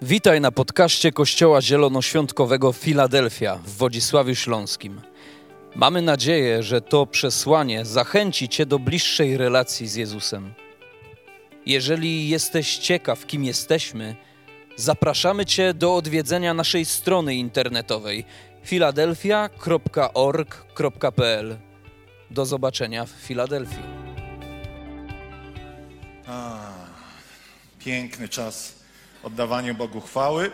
Witaj na podcaście Kościoła Zielonoświątkowego Filadelfia w Wodzisławiu Śląskim. Mamy nadzieję, że to przesłanie zachęci Cię do bliższej relacji z Jezusem. Jeżeli jesteś ciekaw, kim jesteśmy, zapraszamy Cię do odwiedzenia naszej strony internetowej filadelfia.org.pl. Do zobaczenia w Filadelfii. Piękny czas oddawania Bogu chwały.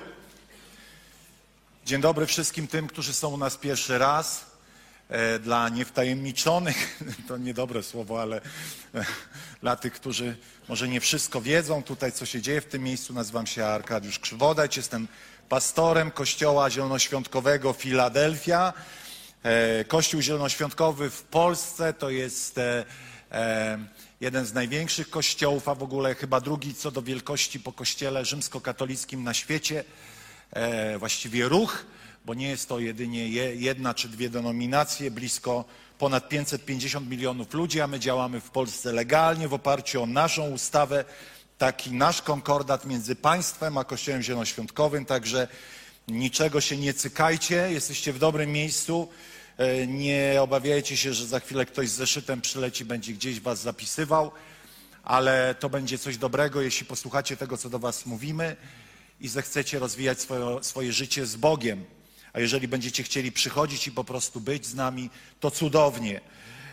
Dzień dobry wszystkim tym, którzy są u nas pierwszy raz. Dla niewtajemniczonych, to niedobre słowo, ale dla tych, którzy może nie wszystko wiedzą tutaj, co się dzieje w tym miejscu, nazywam się Arkadiusz Krzywodajć, jestem pastorem Kościoła Zielonoświątkowego Filadelfia. Kościół Zielonoświątkowy w Polsce to jest jeden z największych kościołów, a w ogóle chyba drugi co do wielkości po kościele rzymskokatolickim na świecie. Właściwie ruch, bo nie jest to jedynie jedna czy dwie denominacje, blisko ponad 550 milionów ludzi, a my działamy w Polsce legalnie w oparciu o naszą ustawę, taki nasz konkordat między państwem a Kościołem Zielonoświątkowym, także niczego się nie cykajcie, jesteście w dobrym miejscu. Nie obawiajcie się, że za chwilę ktoś z zeszytem przyleci, będzie gdzieś was zapisywał, ale to będzie coś dobrego, jeśli posłuchacie tego, co do was mówimy i zechcecie rozwijać swoje życie z Bogiem. A jeżeli będziecie chcieli przychodzić i po prostu być z nami, to cudownie.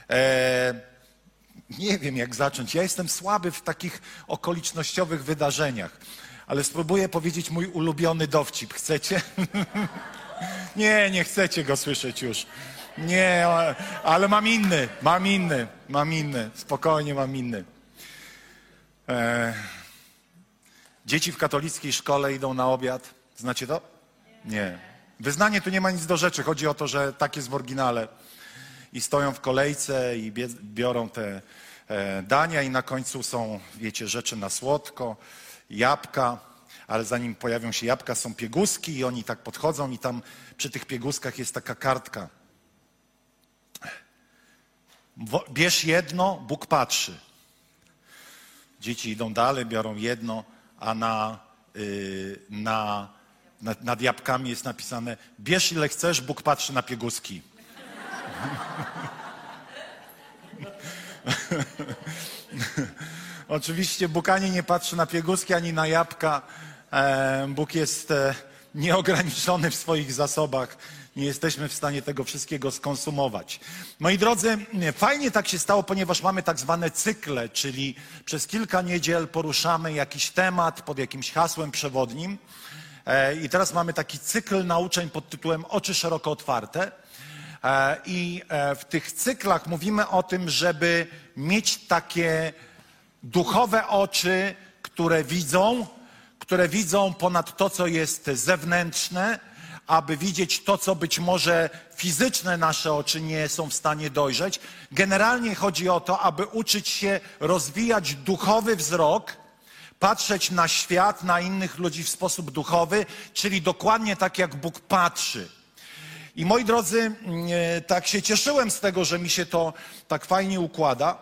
Nie wiem, jak zacząć. Ja jestem słaby w takich okolicznościowych wydarzeniach, ale spróbuję powiedzieć mój ulubiony dowcip. Chcecie? Nie chcecie go słyszeć już. Nie, ale mam inny. Spokojnie, mam inny. Dzieci w katolickiej szkole idą na obiad. Znacie to? Nie. Wyznanie tu nie ma nic do rzeczy. Chodzi o to, że tak jest w oryginale. I stoją w kolejce i biorą te dania i na końcu są, wiecie, rzeczy na słodko, jabłka, ale zanim pojawią się jabłka, są pieguski i oni tak podchodzą i tam przy tych pieguskach jest taka kartka. Bierz jedno, Bóg patrzy. Dzieci idą dalej, biorą jedno, a nad jabłkami jest napisane: bierz ile chcesz, Bóg patrzy na pieguski. Oczywiście Bóg ani nie patrzy na pieguski, ani na jabłka. Bóg jest nieograniczony w swoich zasobach. Nie jesteśmy w stanie tego wszystkiego skonsumować. Moi drodzy, fajnie tak się stało, ponieważ mamy tak zwane cykle, czyli przez kilka niedziel poruszamy jakiś temat pod jakimś hasłem przewodnim. I teraz mamy taki cykl nauczeń pod tytułem Oczy szeroko otwarte. I w tych cyklach mówimy o tym, żeby mieć takie duchowe oczy, które widzą ponad to, co jest zewnętrzne, aby widzieć to, co być może fizyczne nasze oczy nie są w stanie dojrzeć. Generalnie chodzi o to, aby uczyć się rozwijać duchowy wzrok, patrzeć na świat, na innych ludzi w sposób duchowy, czyli dokładnie tak, jak Bóg patrzy. I moi drodzy, tak się cieszyłem z tego, że mi się to tak fajnie układa,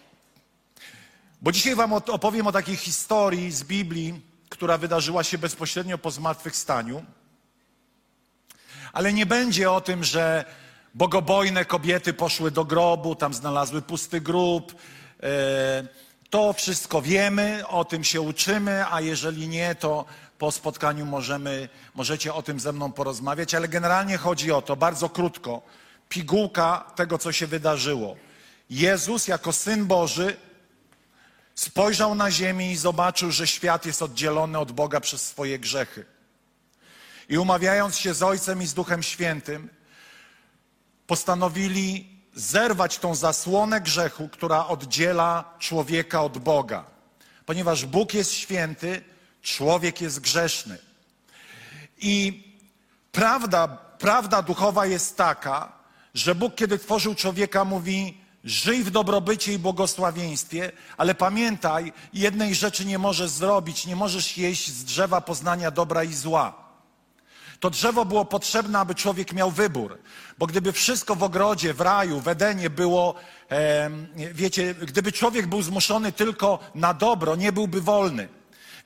bo dzisiaj wam opowiem o takiej historii z Biblii, która wydarzyła się bezpośrednio po zmartwychwstaniu. Ale nie będzie o tym, że bogobojne kobiety poszły do grobu, tam znalazły pusty grób. To wszystko wiemy, o tym się uczymy, a jeżeli nie, to po spotkaniu możecie o tym ze mną porozmawiać. Ale generalnie chodzi o to, bardzo krótko, pigułka tego, co się wydarzyło. Jezus jako Syn Boży spojrzał na ziemię i zobaczył, że świat jest oddzielony od Boga przez swoje grzechy. I umawiając się z Ojcem i z Duchem Świętym, postanowili zerwać tą zasłonę grzechu, która oddziela człowieka od Boga. Ponieważ Bóg jest święty, człowiek jest grzeszny. I prawda duchowa jest taka, że Bóg, kiedy tworzył człowieka, mówi: żyj w dobrobycie i błogosławieństwie, ale pamiętaj, jednej rzeczy nie możesz zrobić, nie możesz jeść z drzewa poznania dobra i zła. To drzewo było potrzebne, aby człowiek miał wybór. Bo gdyby wszystko w ogrodzie, w raju, w Edenie było, gdyby człowiek był zmuszony tylko na dobro, nie byłby wolny.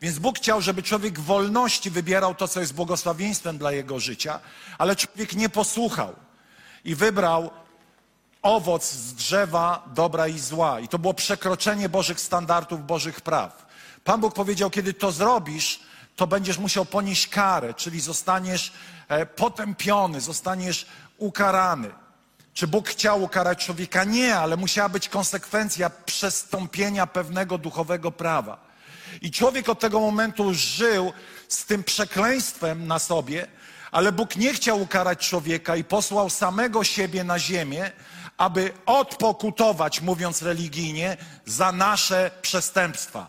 Więc Bóg chciał, żeby człowiek w wolności wybierał to, co jest błogosławieństwem dla jego życia, ale człowiek nie posłuchał i wybrał owoc z drzewa dobra i zła. I to było przekroczenie Bożych standardów, Bożych praw. Pan Bóg powiedział, kiedy to zrobisz, to będziesz musiał ponieść karę, czyli zostaniesz potępiony, zostaniesz ukarany. Czy Bóg chciał ukarać człowieka? Nie, ale musiała być konsekwencja przestąpienia pewnego duchowego prawa. I człowiek od tego momentu żył z tym przekleństwem na sobie, ale Bóg nie chciał ukarać człowieka i posłał samego siebie na ziemię, aby odpokutować, mówiąc religijnie, za nasze przestępstwa.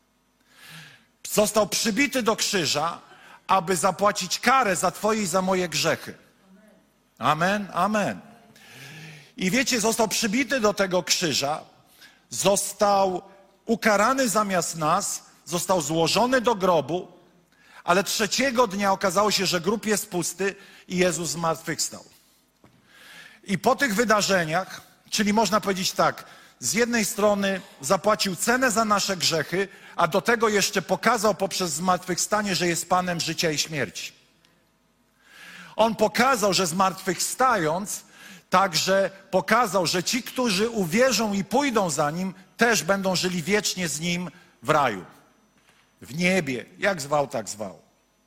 Został przybity do krzyża, aby zapłacić karę za twoje i za moje grzechy. Amen, amen. I wiecie, został przybity do tego krzyża, został ukarany zamiast nas, został złożony do grobu, ale trzeciego dnia okazało się, że grób jest pusty i Jezus zmartwychwstał. I po tych wydarzeniach, czyli można powiedzieć tak, z jednej strony zapłacił cenę za nasze grzechy, a do tego jeszcze pokazał poprzez zmartwychwstanie, że jest Panem życia i śmierci. On pokazał, że zmartwychwstając, także pokazał, że ci, którzy uwierzą i pójdą za Nim, też będą żyli wiecznie z Nim w raju. W niebie. Jak zwał, tak zwał.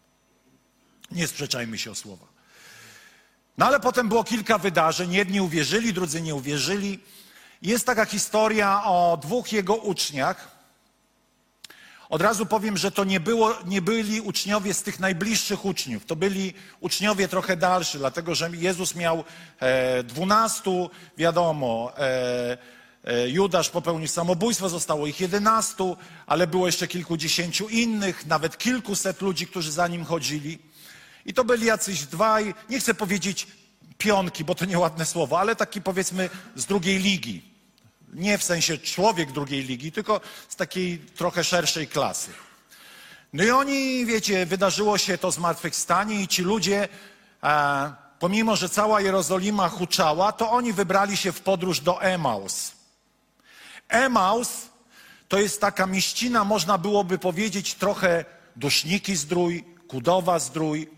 Nie sprzeczajmy się o słowa. No ale potem było kilka wydarzeń. Jedni uwierzyli, drudzy nie uwierzyli. Jest taka historia o dwóch jego uczniach. Od razu powiem, że to nie byli uczniowie z tych najbliższych uczniów. To byli uczniowie trochę dalsi, dlatego że Jezus miał 12, wiadomo, Judasz popełnił samobójstwo, zostało ich 11, ale było jeszcze kilkudziesięciu innych, nawet kilkuset ludzi, którzy za nim chodzili. I to byli jacyś dwaj, nie chcę powiedzieć pionki, bo to nieładne słowo, ale taki powiedzmy z drugiej ligi. Nie w sensie człowiek drugiej ligi, tylko z takiej trochę szerszej klasy. No i oni, wiecie, wydarzyło się to zmartwychwstanie i ci ludzie, pomimo że cała Jerozolima huczała, to oni wybrali się w podróż do Emaus. Emaus to jest taka mieścina, można byłoby powiedzieć, trochę Duszniki Zdrój, Kudowa Zdrój,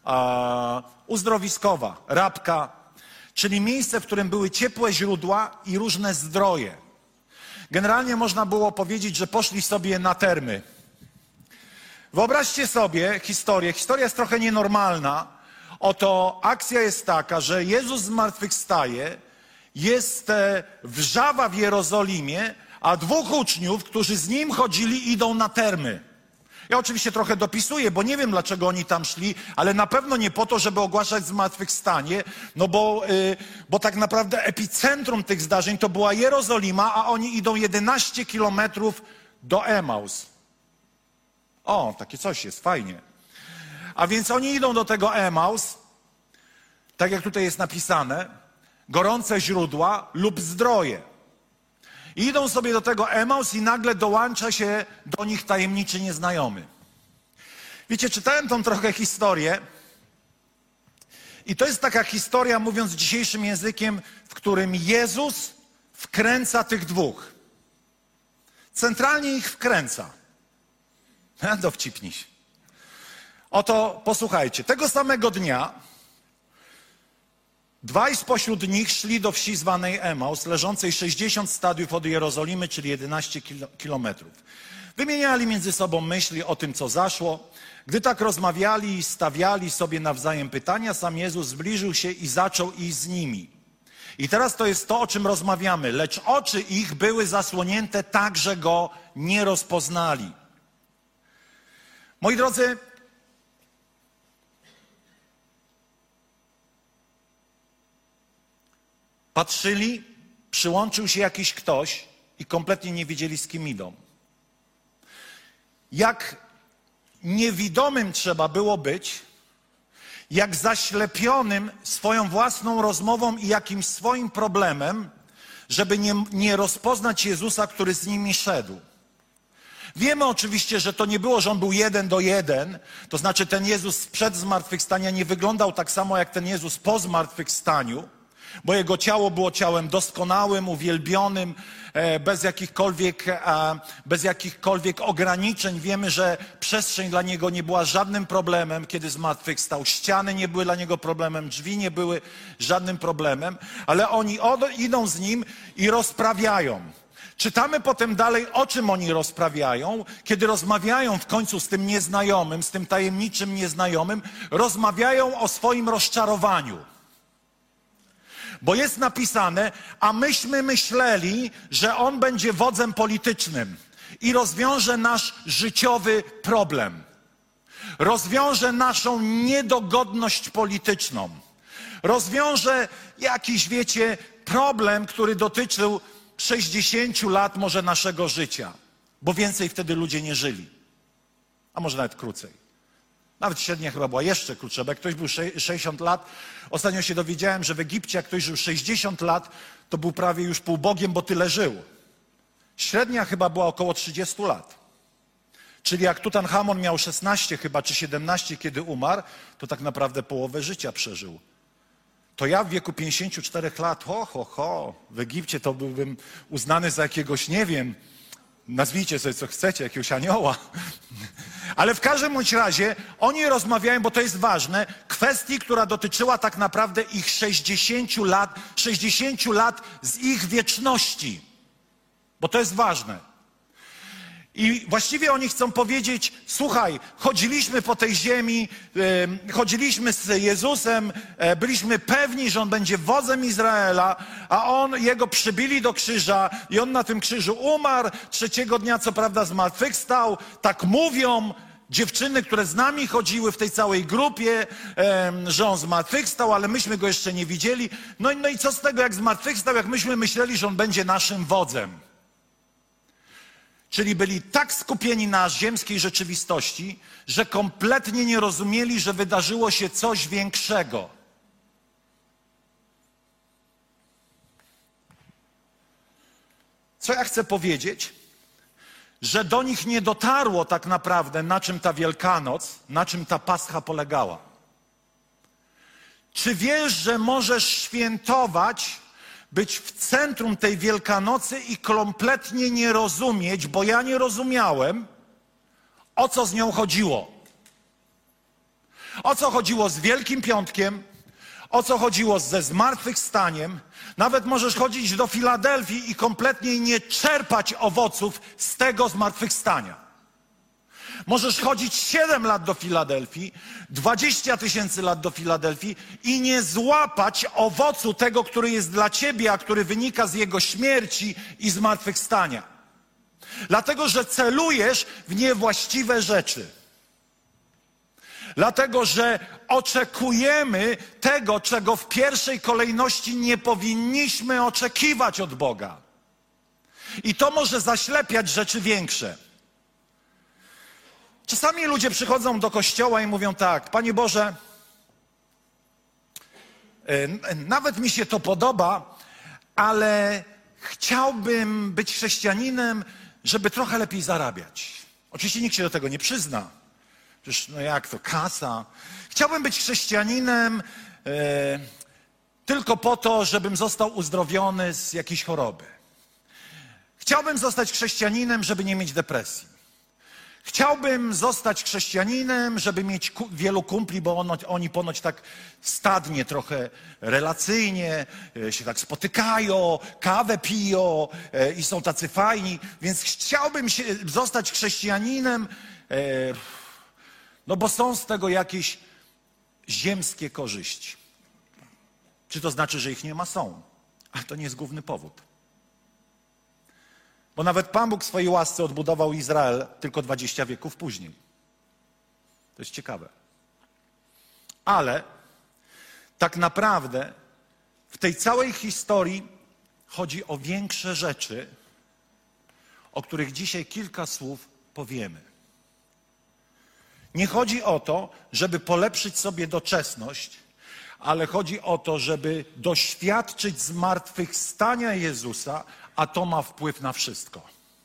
Uzdrowiskowa, Rabka, czyli miejsce, w którym były ciepłe źródła i różne zdroje. Generalnie można było powiedzieć, że poszli sobie na termy. Wyobraźcie sobie historię. Historia jest trochę nienormalna. Oto akcja jest taka, że Jezus zmartwychwstaje, jest wrzawa w Jerozolimie, a dwóch uczniów, którzy z Nim chodzili, idą na termy. Ja oczywiście trochę dopisuję, bo nie wiem, dlaczego oni tam szli, ale na pewno nie po to, żeby ogłaszać zmartwychwstanie, no bo tak naprawdę epicentrum tych zdarzeń to była Jerozolima, a oni idą 11 kilometrów do Emaus. O, takie coś jest, fajnie. A więc oni idą do tego Emaus, tak jak tutaj jest napisane, gorące źródła lub zdroje. I idą sobie do tego Emaus i nagle dołącza się do nich tajemniczy nieznajomy. Wiecie, czytałem tą trochę historię i to jest taka historia, mówiąc dzisiejszym językiem, w którym Jezus wkręca tych dwóch. Centralnie ich wkręca. Dowcipnij się. Oto posłuchajcie, tego samego dnia dwaj spośród nich szli do wsi zwanej Emaus, leżącej 60 stadiów od Jerozolimy, czyli 11 kilometrów. Wymieniali między sobą myśli o tym, co zaszło. Gdy tak rozmawiali i stawiali sobie nawzajem pytania, sam Jezus zbliżył się i zaczął iść z nimi. I teraz to jest to, o czym rozmawiamy. Lecz oczy ich były zasłonięte tak, że Go nie rozpoznali. Moi drodzy, patrzyli, przyłączył się jakiś ktoś i kompletnie nie wiedzieli, z kim idą. Jak niewidomym trzeba było być, jak zaślepionym swoją własną rozmową i jakimś swoim problemem, żeby nie rozpoznać Jezusa, który z nimi szedł. Wiemy oczywiście, że to nie było, że On był 1:1, to znaczy ten Jezus przed zmartwychwstania nie wyglądał tak samo jak ten Jezus po zmartwychwstaniu, Bo Jego ciało było ciałem doskonałym, uwielbionym, bez jakichkolwiek ograniczeń. Wiemy, że przestrzeń dla Niego nie była żadnym problemem, kiedy zmartwychwstał. Ściany nie były dla Niego problemem, drzwi nie były żadnym problemem, ale oni idą z Nim i rozprawiają. Czytamy potem dalej, o czym oni rozprawiają. Kiedy rozmawiają w końcu z tym nieznajomym, z tym tajemniczym nieznajomym, rozmawiają o swoim rozczarowaniu. Bo jest napisane, a myśmy myśleli, że on będzie wodzem politycznym i rozwiąże nasz życiowy problem. Rozwiąże naszą niedogodność polityczną. Rozwiąże jakiś, wiecie, problem, który dotyczył 60 lat może naszego życia. Bo więcej wtedy ludzie nie żyli. A może nawet krócej. Nawet średnia chyba była jeszcze krótsza, bo jak ktoś był 60 lat, ostatnio się dowiedziałem, że w Egipcie jak ktoś żył 60 lat, to był prawie już półbogiem, bo tyle żył. Średnia chyba była około 30 lat. Czyli jak Tutanchamon miał 16 chyba, czy 17, kiedy umarł, to tak naprawdę połowę życia przeżył. To ja w wieku 54 lat, w Egipcie to byłbym uznany za jakiegoś, nie wiem, nazwijcie sobie co chcecie, jakiegoś anioła. Ale w każdym bądź razie oni rozmawiają, bo to jest ważne, kwestii, która dotyczyła tak naprawdę ich 60 lat z ich wieczności. Bo to jest ważne. I właściwie oni chcą powiedzieć, słuchaj, chodziliśmy po tej ziemi, chodziliśmy z Jezusem, byliśmy pewni, że On będzie wodzem Izraela, a Jego przybili do krzyża i On na tym krzyżu umarł, trzeciego dnia co prawda zmartwychwstał, tak mówią dziewczyny, które z nami chodziły w tej całej grupie, że On zmartwychwstał, ale myśmy Go jeszcze nie widzieli. No i co z tego, jak zmartwychwstał, jak myśmy myśleli, że On będzie naszym wodzem. Czyli byli tak skupieni na ziemskiej rzeczywistości, że kompletnie nie rozumieli, że wydarzyło się coś większego. Co ja chcę powiedzieć? Że do nich nie dotarło tak naprawdę, na czym ta Wielkanoc, na czym ta Pascha polegała. Czy wiesz, że możesz świętować, być w centrum tej Wielkanocy i kompletnie nie rozumieć, bo ja nie rozumiałem, o co z nią chodziło. O co chodziło z Wielkim Piątkiem, o co chodziło ze zmartwychwstaniem. Nawet możesz chodzić do Filadelfii i kompletnie nie czerpać owoców z tego zmartwychwstania. Możesz chodzić 7 lat do Filadelfii, 20 000 lat do Filadelfii i nie złapać owocu tego, który jest dla ciebie, a który wynika z Jego śmierci i zmartwychwstania. Dlatego, że celujesz w niewłaściwe rzeczy. Dlatego, że oczekujemy tego, czego w pierwszej kolejności nie powinniśmy oczekiwać od Boga. I to może zaślepiać rzeczy większe. Czasami ludzie przychodzą do kościoła i mówią tak, Panie Boże, nawet mi się to podoba, ale chciałbym być chrześcijaninem, żeby trochę lepiej zarabiać. Oczywiście nikt się do tego nie przyzna. Przecież no jak to, kasa. Chciałbym być chrześcijaninem tylko po to, żebym został uzdrowiony z jakiejś choroby. Chciałbym zostać chrześcijaninem, żeby nie mieć depresji. Chciałbym zostać chrześcijaninem, żeby mieć wielu kumpli, bo oni ponoć tak stadnie, trochę relacyjnie się tak spotykają, kawę piją i są tacy fajni. Więc chciałbym zostać chrześcijaninem, no bo są z tego jakieś ziemskie korzyści. Czy to znaczy, że ich nie ma? Są. Ale to nie jest główny powód. Bo nawet Pan Bóg w swojej łasce odbudował Izrael tylko 20 wieków później. To jest ciekawe. Ale tak naprawdę w tej całej historii chodzi o większe rzeczy, o których dzisiaj kilka słów powiemy. Nie chodzi o to, żeby polepszyć sobie doczesność, ale chodzi o to, żeby doświadczyć zmartwychwstania Jezusa, a to ma wpływ na wszystko.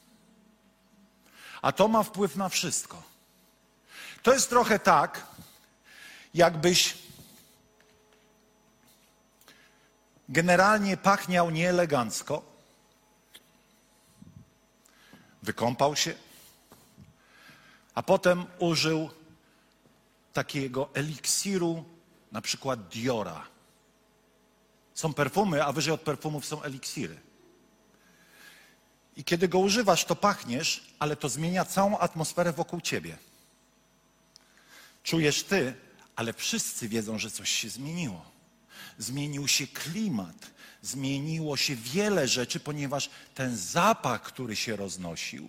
A to ma wpływ na wszystko. To jest trochę tak, jakbyś generalnie pachniał nieelegancko. Wykąpał się, a potem użył takiego eliksiru, na przykład Diora. Są perfumy, a wyżej od perfumów są eliksiry. I kiedy go używasz, to pachniesz, ale to zmienia całą atmosferę wokół ciebie. Czujesz ty, ale wszyscy wiedzą, że coś się zmieniło. Zmienił się klimat, zmieniło się wiele rzeczy, ponieważ ten zapach, który się roznosił,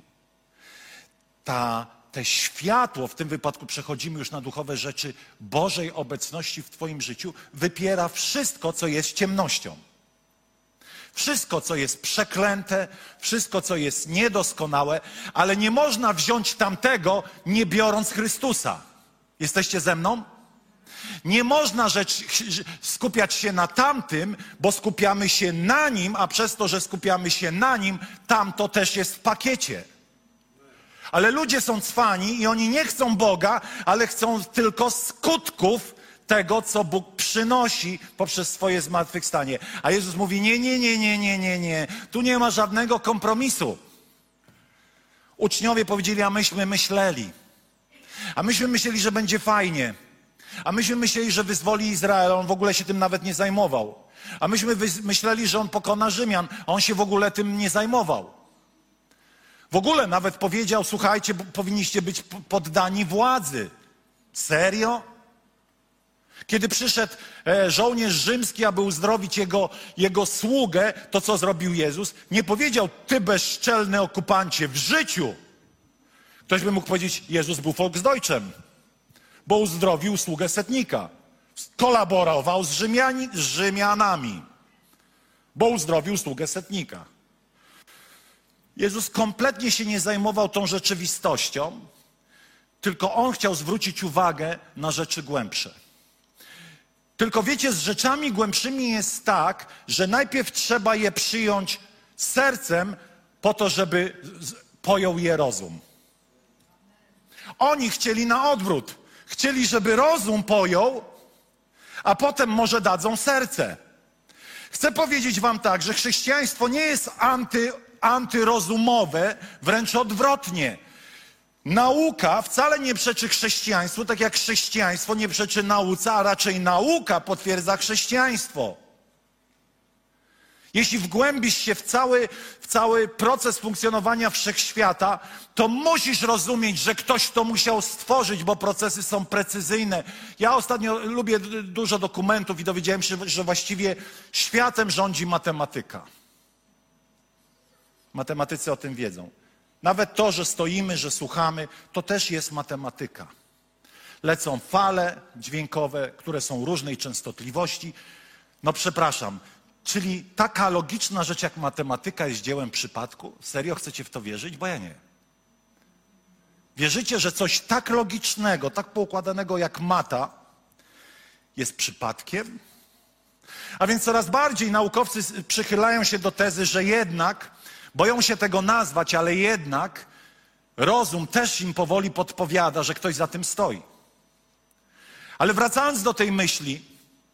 te światło, w tym wypadku przechodzimy już na duchowe rzeczy Bożej obecności w twoim życiu, wypiera wszystko, co jest ciemnością. Wszystko, co jest przeklęte, wszystko, co jest niedoskonałe, ale nie można wziąć tamtego, nie biorąc Chrystusa. Jesteście ze mną? Nie można skupiać się na tamtym, bo skupiamy się na Nim, a przez to, że skupiamy się na Nim, tamto też jest w pakiecie. Ale ludzie są cwani i oni nie chcą Boga, ale chcą tylko skutków tego, co Bóg przynosi poprzez swoje zmartwychwstanie. A Jezus mówi, nie. Tu nie ma żadnego kompromisu. Uczniowie powiedzieli, a myśmy myśleli. A myśmy myśleli, że będzie fajnie. A myśmy myśleli, że wyzwoli Izrael, on w ogóle się tym nawet nie zajmował. A myśmy myśleli, że on pokona Rzymian, a on się w ogóle tym nie zajmował. W ogóle nawet powiedział, słuchajcie, powinniście być poddani władzy. Serio? Kiedy przyszedł żołnierz rzymski, aby uzdrowić jego sługę, to co zrobił Jezus? Nie powiedział, ty bezczelny okupancie, w życiu. Ktoś by mógł powiedzieć, Jezus był Volksdeutschem, bo uzdrowił sługę setnika. Kolaborował z Rzymianami, bo uzdrowił sługę setnika. Jezus kompletnie się nie zajmował tą rzeczywistością, tylko On chciał zwrócić uwagę na rzeczy głębsze. Tylko wiecie, z rzeczami głębszymi jest tak, że najpierw trzeba je przyjąć sercem po to, żeby pojął je rozum. Oni chcieli na odwrót. Chcieli, żeby rozum pojął, a potem może dadzą serce. Chcę powiedzieć wam tak, że chrześcijaństwo nie jest antyrozumowe, wręcz odwrotnie. Nauka wcale nie przeczy chrześcijaństwu, tak jak chrześcijaństwo nie przeczy nauce, a raczej nauka potwierdza chrześcijaństwo. Jeśli wgłębisz się w cały proces funkcjonowania wszechświata, to musisz rozumieć, że ktoś to musiał stworzyć, bo procesy są precyzyjne. Ja ostatnio lubię dużo dokumentów i dowiedziałem się, że właściwie światem rządzi matematyka. Matematycy o tym wiedzą. Nawet to, że stoimy, że słuchamy, to też jest matematyka. Lecą fale dźwiękowe, które są różnej częstotliwości. No przepraszam, czyli taka logiczna rzecz jak matematyka jest dziełem przypadku? Serio chcecie w to wierzyć? Bo ja nie. Wierzycie, że coś tak logicznego, tak poukładanego jak mata jest przypadkiem? A więc coraz bardziej naukowcy przychylają się do tezy, że jednak, boją się tego nazwać, ale jednak rozum też im powoli podpowiada, że ktoś za tym stoi. Ale wracając do tej myśli,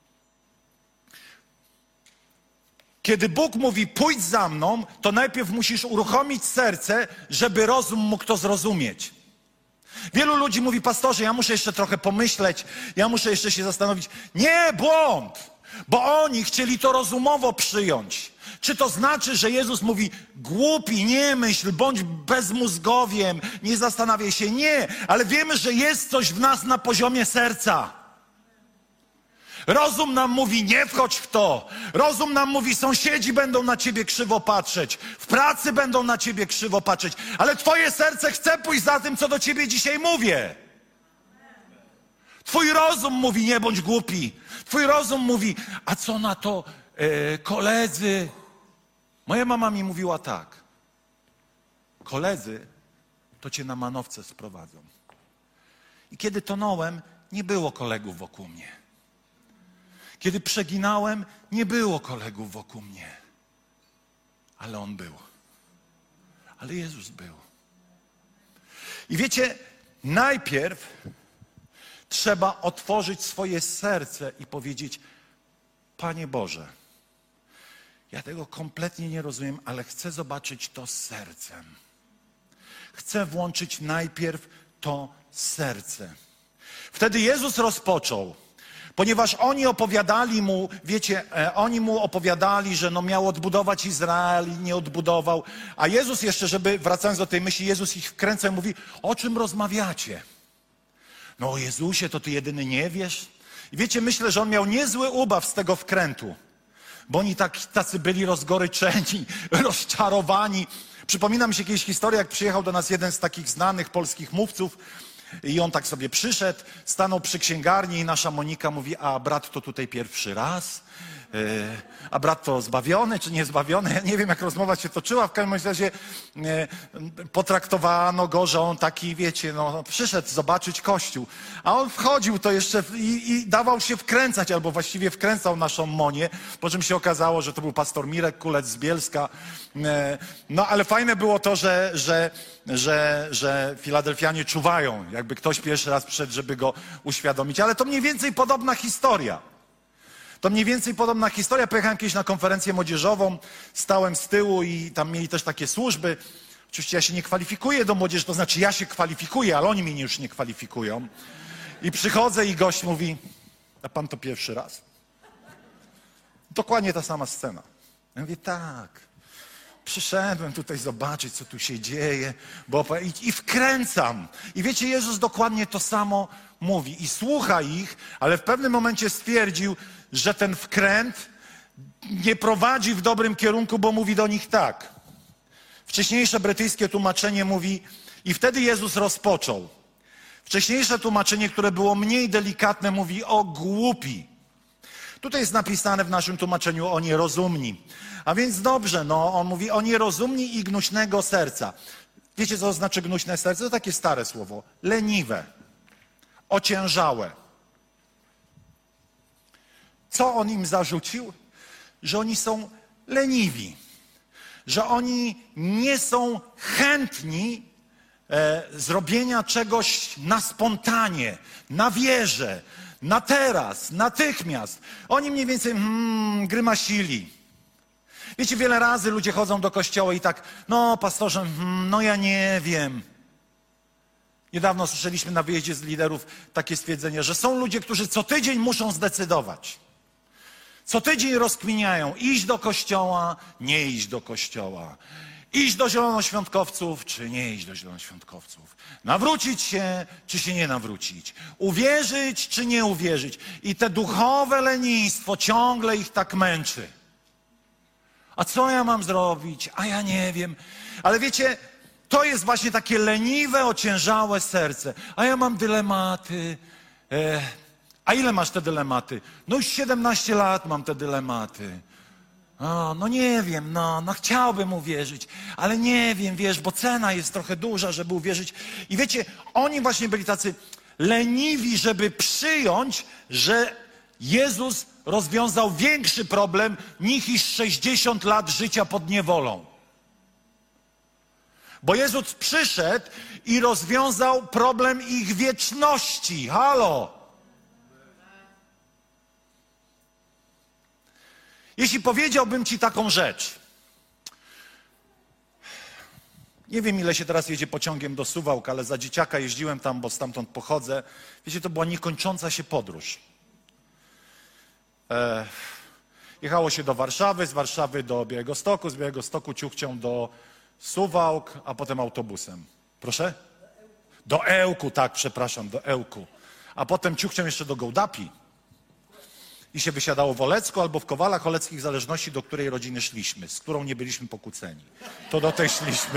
kiedy Bóg mówi pójdź za mną, to najpierw musisz uruchomić serce, żeby rozum mógł to zrozumieć. Wielu ludzi mówi, pastorze, ja muszę jeszcze trochę pomyśleć, ja muszę jeszcze się zastanowić. Nie, błąd! Bo oni chcieli to rozumowo przyjąć. Czy to znaczy, że Jezus mówi, głupi, nie myśl, bądź bezmózgowiem, nie zastanawiaj się? Nie, ale wiemy, że jest coś w nas na poziomie serca. Rozum nam mówi, nie wchodź w to. Rozum nam mówi, sąsiedzi będą na ciebie krzywo patrzeć. W pracy będą na ciebie krzywo patrzeć. Ale twoje serce chce pójść za tym, co do ciebie dzisiaj mówię. Twój rozum mówi, nie bądź głupi. Twój rozum mówi, a co na to koledzy? Moja mama mi mówiła tak. Koledzy to cię na manowce sprowadzą. I kiedy tonąłem, nie było kolegów wokół mnie. Kiedy przeginałem, nie było kolegów wokół mnie. Ale On był. Ale Jezus był. I wiecie, najpierw trzeba otworzyć swoje serce i powiedzieć, Panie Boże, Ja tego kompletnie nie rozumiem, ale chcę zobaczyć to z sercem. Chcę włączyć najpierw to serce. Wtedy Jezus rozpoczął, ponieważ oni opowiadali mu, wiecie, oni mu opowiadali, że no miał odbudować Izrael i nie odbudował. A Jezus jeszcze, żeby, wracając do tej myśli, Jezus ich wkręca i mówi, o czym rozmawiacie? No o Jezusie to ty jedyny nie wiesz? I wiecie, myślę, że on miał niezły ubaw z tego wkrętu, bo oni tacy byli rozgoryczeni, rozczarowani. Przypomina mi się kiedyś historia, jak przyjechał do nas jeden z takich znanych polskich mówców i on tak sobie przyszedł, stanął przy księgarni i nasza Monika mówi, a brat to tutaj pierwszy raz? A brat to zbawiony czy nie zbawiony? Ja nie wiem, jak rozmowa się toczyła. W każdym razie potraktowano go, że on taki, wiecie, no, przyszedł zobaczyć Kościół. A on wchodził to jeszcze i dawał się wkręcać, albo właściwie wkręcał naszą Monię, po czym się okazało, że to był pastor Mirek Kulec z Bielska. No ale fajne było to, że Filadelfianie czuwają, jakby ktoś pierwszy raz przyszedł, żeby go uświadomić. Ale to mniej więcej podobna historia. Pojechałem kiedyś na konferencję młodzieżową, stałem z tyłu i tam mieli też takie służby. Oczywiście ja się nie kwalifikuję do młodzieży, to znaczy ja się kwalifikuję, ale oni mnie już nie kwalifikują. I przychodzę i gość mówi, a pan to pierwszy raz? Dokładnie ta sama scena. Ja mówię, tak. Przyszedłem tutaj zobaczyć, co tu się dzieje, i wkręcam. I wiecie, Jezus dokładnie to samo mówi. I słucha ich, ale w pewnym momencie stwierdził, że ten wkręt nie prowadzi w dobrym kierunku, bo mówi do nich tak. Wcześniejsze brytyjskie tłumaczenie mówi, i wtedy Jezus rozpoczął. Wcześniejsze tłumaczenie, które było mniej delikatne, mówi o głupi. Tutaj jest napisane w naszym tłumaczeniu o nierozumni. A więc dobrze, no, on mówi o nierozumni i gnuśnego serca. Wiecie, co znaczy gnuśne serce? To takie stare słowo. Leniwe, ociężałe. Co on im zarzucił? Że oni są leniwi. Że oni nie są chętni zrobienia czegoś na spontanie, na wierze, na teraz, natychmiast. Oni mniej więcej grymasili. Wiecie, wiele razy ludzie chodzą do kościoła i tak, no pastorze, no ja nie wiem. Niedawno słyszeliśmy na wyjeździe z liderów takie stwierdzenie, że są ludzie, którzy co tydzień muszą zdecydować. Co tydzień rozkminiają, iść do kościoła, nie iść do kościoła. Iść do zielonoświątkowców, czy nie iść do zielonoświątkowców. Nawrócić się, czy się nie nawrócić. Uwierzyć, czy nie uwierzyć. I te duchowe lenistwo ciągle ich tak męczy. A co ja mam zrobić? A ja nie wiem. Ale wiecie, to jest właśnie takie leniwe, ociężałe serce. A ja mam dylematy. A ile masz te dylematy? No już 17 lat mam te dylematy. No nie wiem, no chciałbym uwierzyć, ale nie wiem, wiesz, bo cena jest trochę duża, żeby uwierzyć. I wiecie, oni właśnie byli tacy leniwi, żeby przyjąć, że Jezus rozwiązał większy problem niż 60 lat życia pod niewolą. Bo Jezus przyszedł i rozwiązał problem ich wieczności. Halo! Jeśli powiedziałbym ci taką rzecz, nie wiem, ile się teraz jedzie pociągiem do Suwałk, ale za dzieciaka jeździłem tam, bo stamtąd pochodzę. Wiecie, to była niekończąca się podróż. Jechało się do Warszawy, z Warszawy do Białegostoku, z Białegostoku ciuchcią do Suwałk, a potem autobusem. Proszę? Do Ełku, tak, przepraszam, do Ełku. A potem ciuchcią jeszcze do Gołdapi. I się wysiadało w Olecku albo w Kowalach Oleckich, w zależności do której rodziny szliśmy, z którą nie byliśmy pokłóceni. To do tej szliśmy.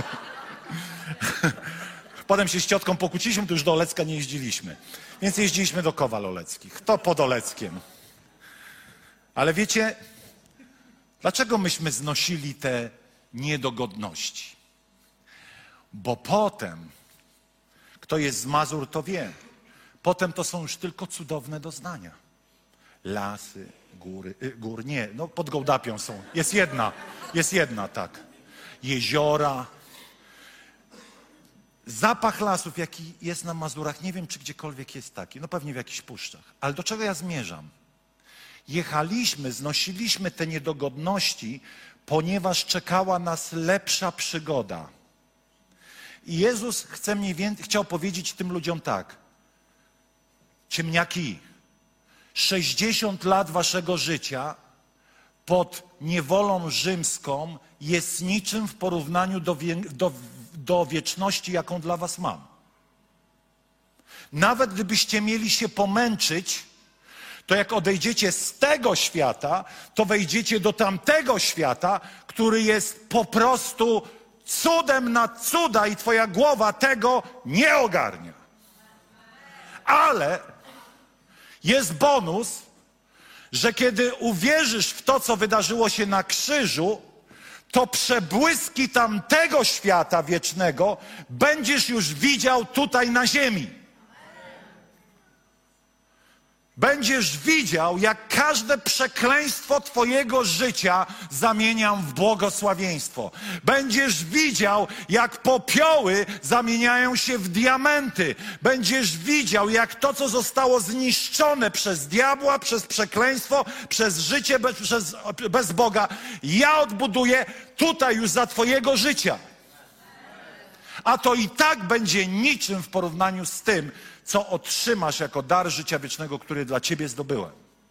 Potem się z ciotką pokłóciliśmy, to już do Olecka nie jeździliśmy. Więc jeździliśmy do Kowal Oleckich. To pod Oleckiem. Ale wiecie, dlaczego myśmy znosili te niedogodności? Bo potem, kto jest z Mazur, to wie, potem to są już tylko cudowne doznania. Lasy, gór nie, no pod Gołdapią są. Jest jedna, tak. Jeziora. Zapach lasów, jaki jest na Mazurach, nie wiem, czy gdziekolwiek jest taki. No pewnie w jakichś puszczach. Ale do czego ja zmierzam? Jechaliśmy, znosiliśmy te niedogodności, ponieważ czekała nas lepsza przygoda. I Jezus chciał powiedzieć tym ludziom tak. Ciemniaki, 60 lat waszego życia pod niewolą rzymską jest niczym w porównaniu do wieczności, jaką dla was mam. Nawet gdybyście mieli się pomęczyć, to jak odejdziecie z tego świata, to wejdziecie do tamtego świata, który jest po prostu cudem nad cuda i twoja głowa tego nie ogarnia. Ale jest bonus, że kiedy uwierzysz w to, co wydarzyło się na krzyżu, to przebłyski tamtego świata wiecznego będziesz już widział tutaj na ziemi. Będziesz widział, jak każde przekleństwo twojego życia zamieniam w błogosławieństwo. Będziesz widział, jak popioły zamieniają się w diamenty. Będziesz widział, jak to, co zostało zniszczone przez diabła, przez przekleństwo, przez życie bez Boga, ja odbuduję tutaj już za twojego życia. A to i tak będzie niczym w porównaniu z tym, co otrzymasz jako dar życia wiecznego, który dla ciebie zdobyłem.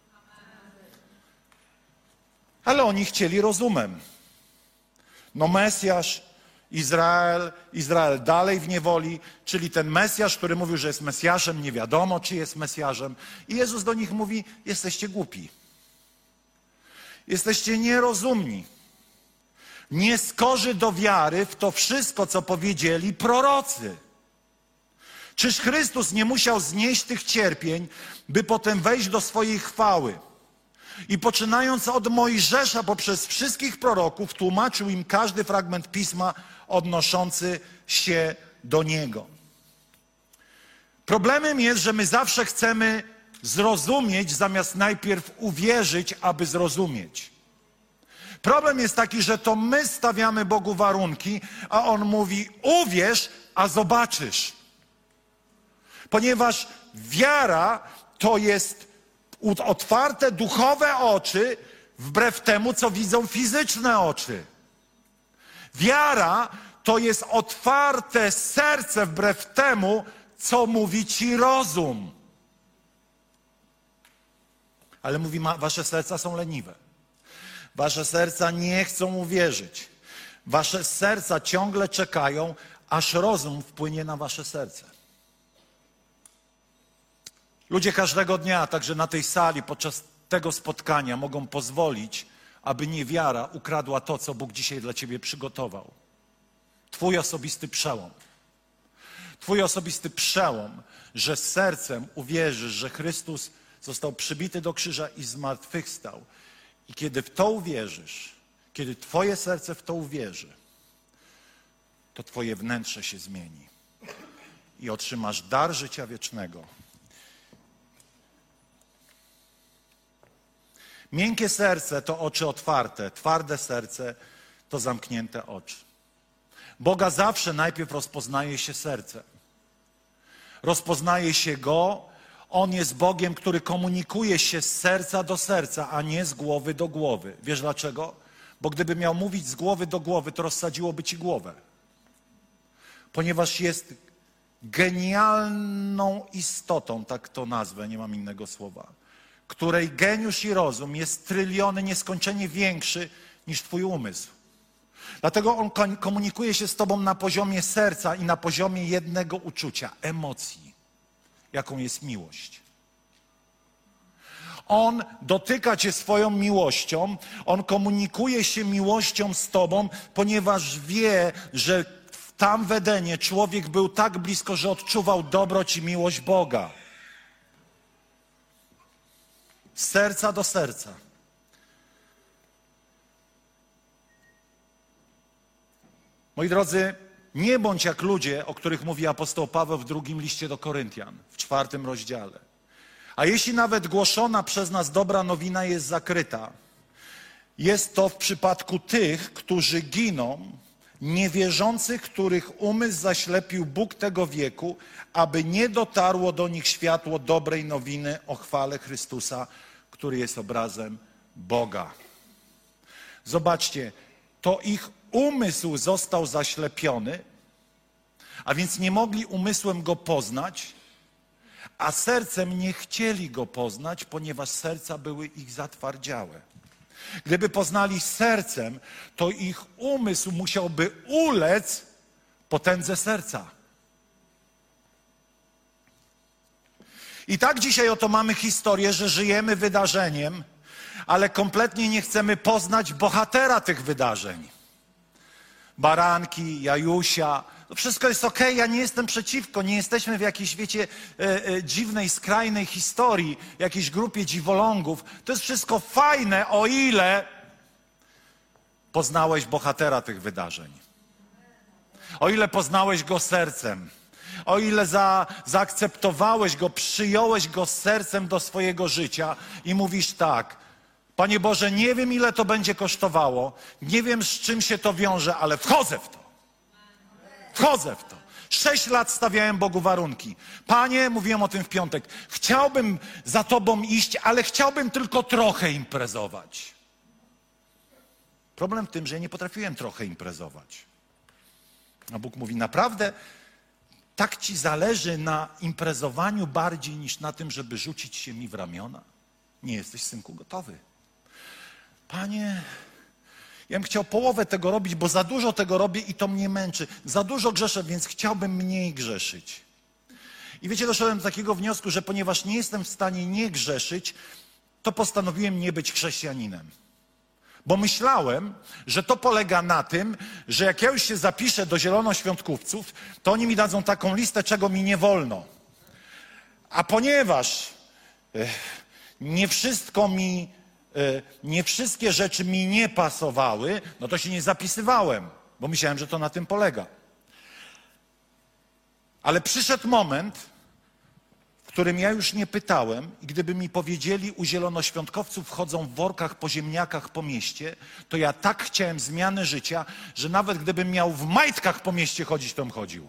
Ale oni chcieli rozumem. No Mesjasz, Izrael dalej w niewoli, czyli ten Mesjasz, który mówił, że jest Mesjaszem, nie wiadomo, czy jest Mesjaszem. I Jezus do nich mówi, jesteście głupi. Jesteście nierozumni. Nie skorzy do wiary w to wszystko, co powiedzieli prorocy. Czyż Chrystus nie musiał znieść tych cierpień, by potem wejść do swojej chwały? I poczynając od Mojżesza poprzez wszystkich proroków, tłumaczył im każdy fragment Pisma odnoszący się do Niego. Problemem jest, że my zawsze chcemy zrozumieć, zamiast najpierw uwierzyć, aby zrozumieć. Problem jest taki, że to my stawiamy Bogu warunki, a On mówi, uwierz, a zobaczysz. Ponieważ wiara to jest otwarte duchowe oczy wbrew temu, co widzą fizyczne oczy. Wiara to jest otwarte serce wbrew temu, co mówi ci rozum. Ale mówi, wasze serca są leniwe. Wasze serca nie chcą uwierzyć. Wasze serca ciągle czekają, aż rozum wpłynie na wasze serce. Ludzie każdego dnia, także na tej sali, podczas tego spotkania mogą pozwolić, aby niewiara ukradła to, co Bóg dzisiaj dla ciebie przygotował. Twój osobisty przełom. Twój osobisty przełom, że sercem uwierzysz, że Chrystus został przybity do krzyża i zmartwychwstał. I kiedy w to uwierzysz, kiedy twoje serce w to uwierzy, to twoje wnętrze się zmieni. I otrzymasz dar życia wiecznego. Miękkie serce to oczy otwarte, twarde serce to zamknięte oczy. Boga zawsze najpierw rozpoznaje się sercem. Rozpoznaje się Go, On jest Bogiem, który komunikuje się z serca do serca, a nie z głowy do głowy. Wiesz dlaczego? Bo gdyby miał mówić z głowy do głowy, to rozsadziłoby ci głowę. Ponieważ jest genialną istotą, tak to nazwę, nie mam innego słowa, której geniusz i rozum jest tryliony nieskończenie większy niż twój umysł. Dlatego on komunikuje się z tobą na poziomie serca i na poziomie jednego uczucia, emocji, jaką jest miłość. On dotyka cię swoją miłością, on komunikuje się miłością z tobą, ponieważ wie, że tam w Edenie człowiek był tak blisko, że odczuwał dobroć i miłość Boga. Z serca do serca. Moi drodzy, nie bądź jak ludzie, o których mówi apostoł Paweł w 2 liście do Koryntian, w 4 rozdziale. A jeśli nawet głoszona przez nas dobra nowina jest zakryta, jest to w przypadku tych, którzy giną, niewierzących, których umysł zaślepił Bóg tego wieku, aby nie dotarło do nich światło dobrej nowiny o chwale Chrystusa, który jest obrazem Boga. Zobaczcie, to ich umysł został zaślepiony, a więc nie mogli umysłem go poznać, a sercem nie chcieli go poznać, ponieważ serca były ich zatwardziałe. Gdyby poznali sercem, to ich umysł musiałby ulec potędze serca. I tak dzisiaj oto mamy historię, że żyjemy wydarzeniem, ale kompletnie nie chcemy poznać bohatera tych wydarzeń. Baranki, Jajusia, to wszystko jest okej, ja nie jestem przeciwko, nie jesteśmy w jakiejś, wiecie, dziwnej, skrajnej historii, jakiejś grupie dziwolągów. To jest wszystko fajne, o ile poznałeś bohatera tych wydarzeń. O ile poznałeś go sercem. O ile zaakceptowałeś go, przyjąłeś go sercem do swojego życia i mówisz tak: Panie Boże, nie wiem, ile to będzie kosztowało, nie wiem, z czym się to wiąże, ale wchodzę w to. Wchodzę w to. 6 lat stawiałem Bogu warunki. Panie, mówiłem o tym w piątek, chciałbym za Tobą iść, ale chciałbym tylko trochę imprezować. Problem w tym, że ja nie potrafiłem trochę imprezować. A Bóg mówi, naprawdę tak Ci zależy na imprezowaniu bardziej niż na tym, żeby rzucić się mi w ramiona? Nie jesteś, synku, gotowy. Panie, ja bym chciał połowę tego robić, bo za dużo tego robię i to mnie męczy. Za dużo grzeszę, więc chciałbym mniej grzeszyć. I wiecie, doszedłem do takiego wniosku, że ponieważ nie jestem w stanie nie grzeszyć, to postanowiłem nie być chrześcijaninem. Bo myślałem, że to polega na tym, że jak ja już się zapiszę do zielonoświątkówców, to oni mi dadzą taką listę, czego mi nie wolno. A ponieważ nie wszystkie rzeczy mi nie pasowały, no to się nie zapisywałem, bo myślałem, że to na tym polega. Ale przyszedł moment, w którym ja już nie pytałem i gdyby mi powiedzieli, u zielonoświątkowców chodzą w workach po ziemniakach po mieście, to ja tak chciałem zmiany życia, że nawet gdybym miał w majtkach po mieście chodzić, to bym chodził.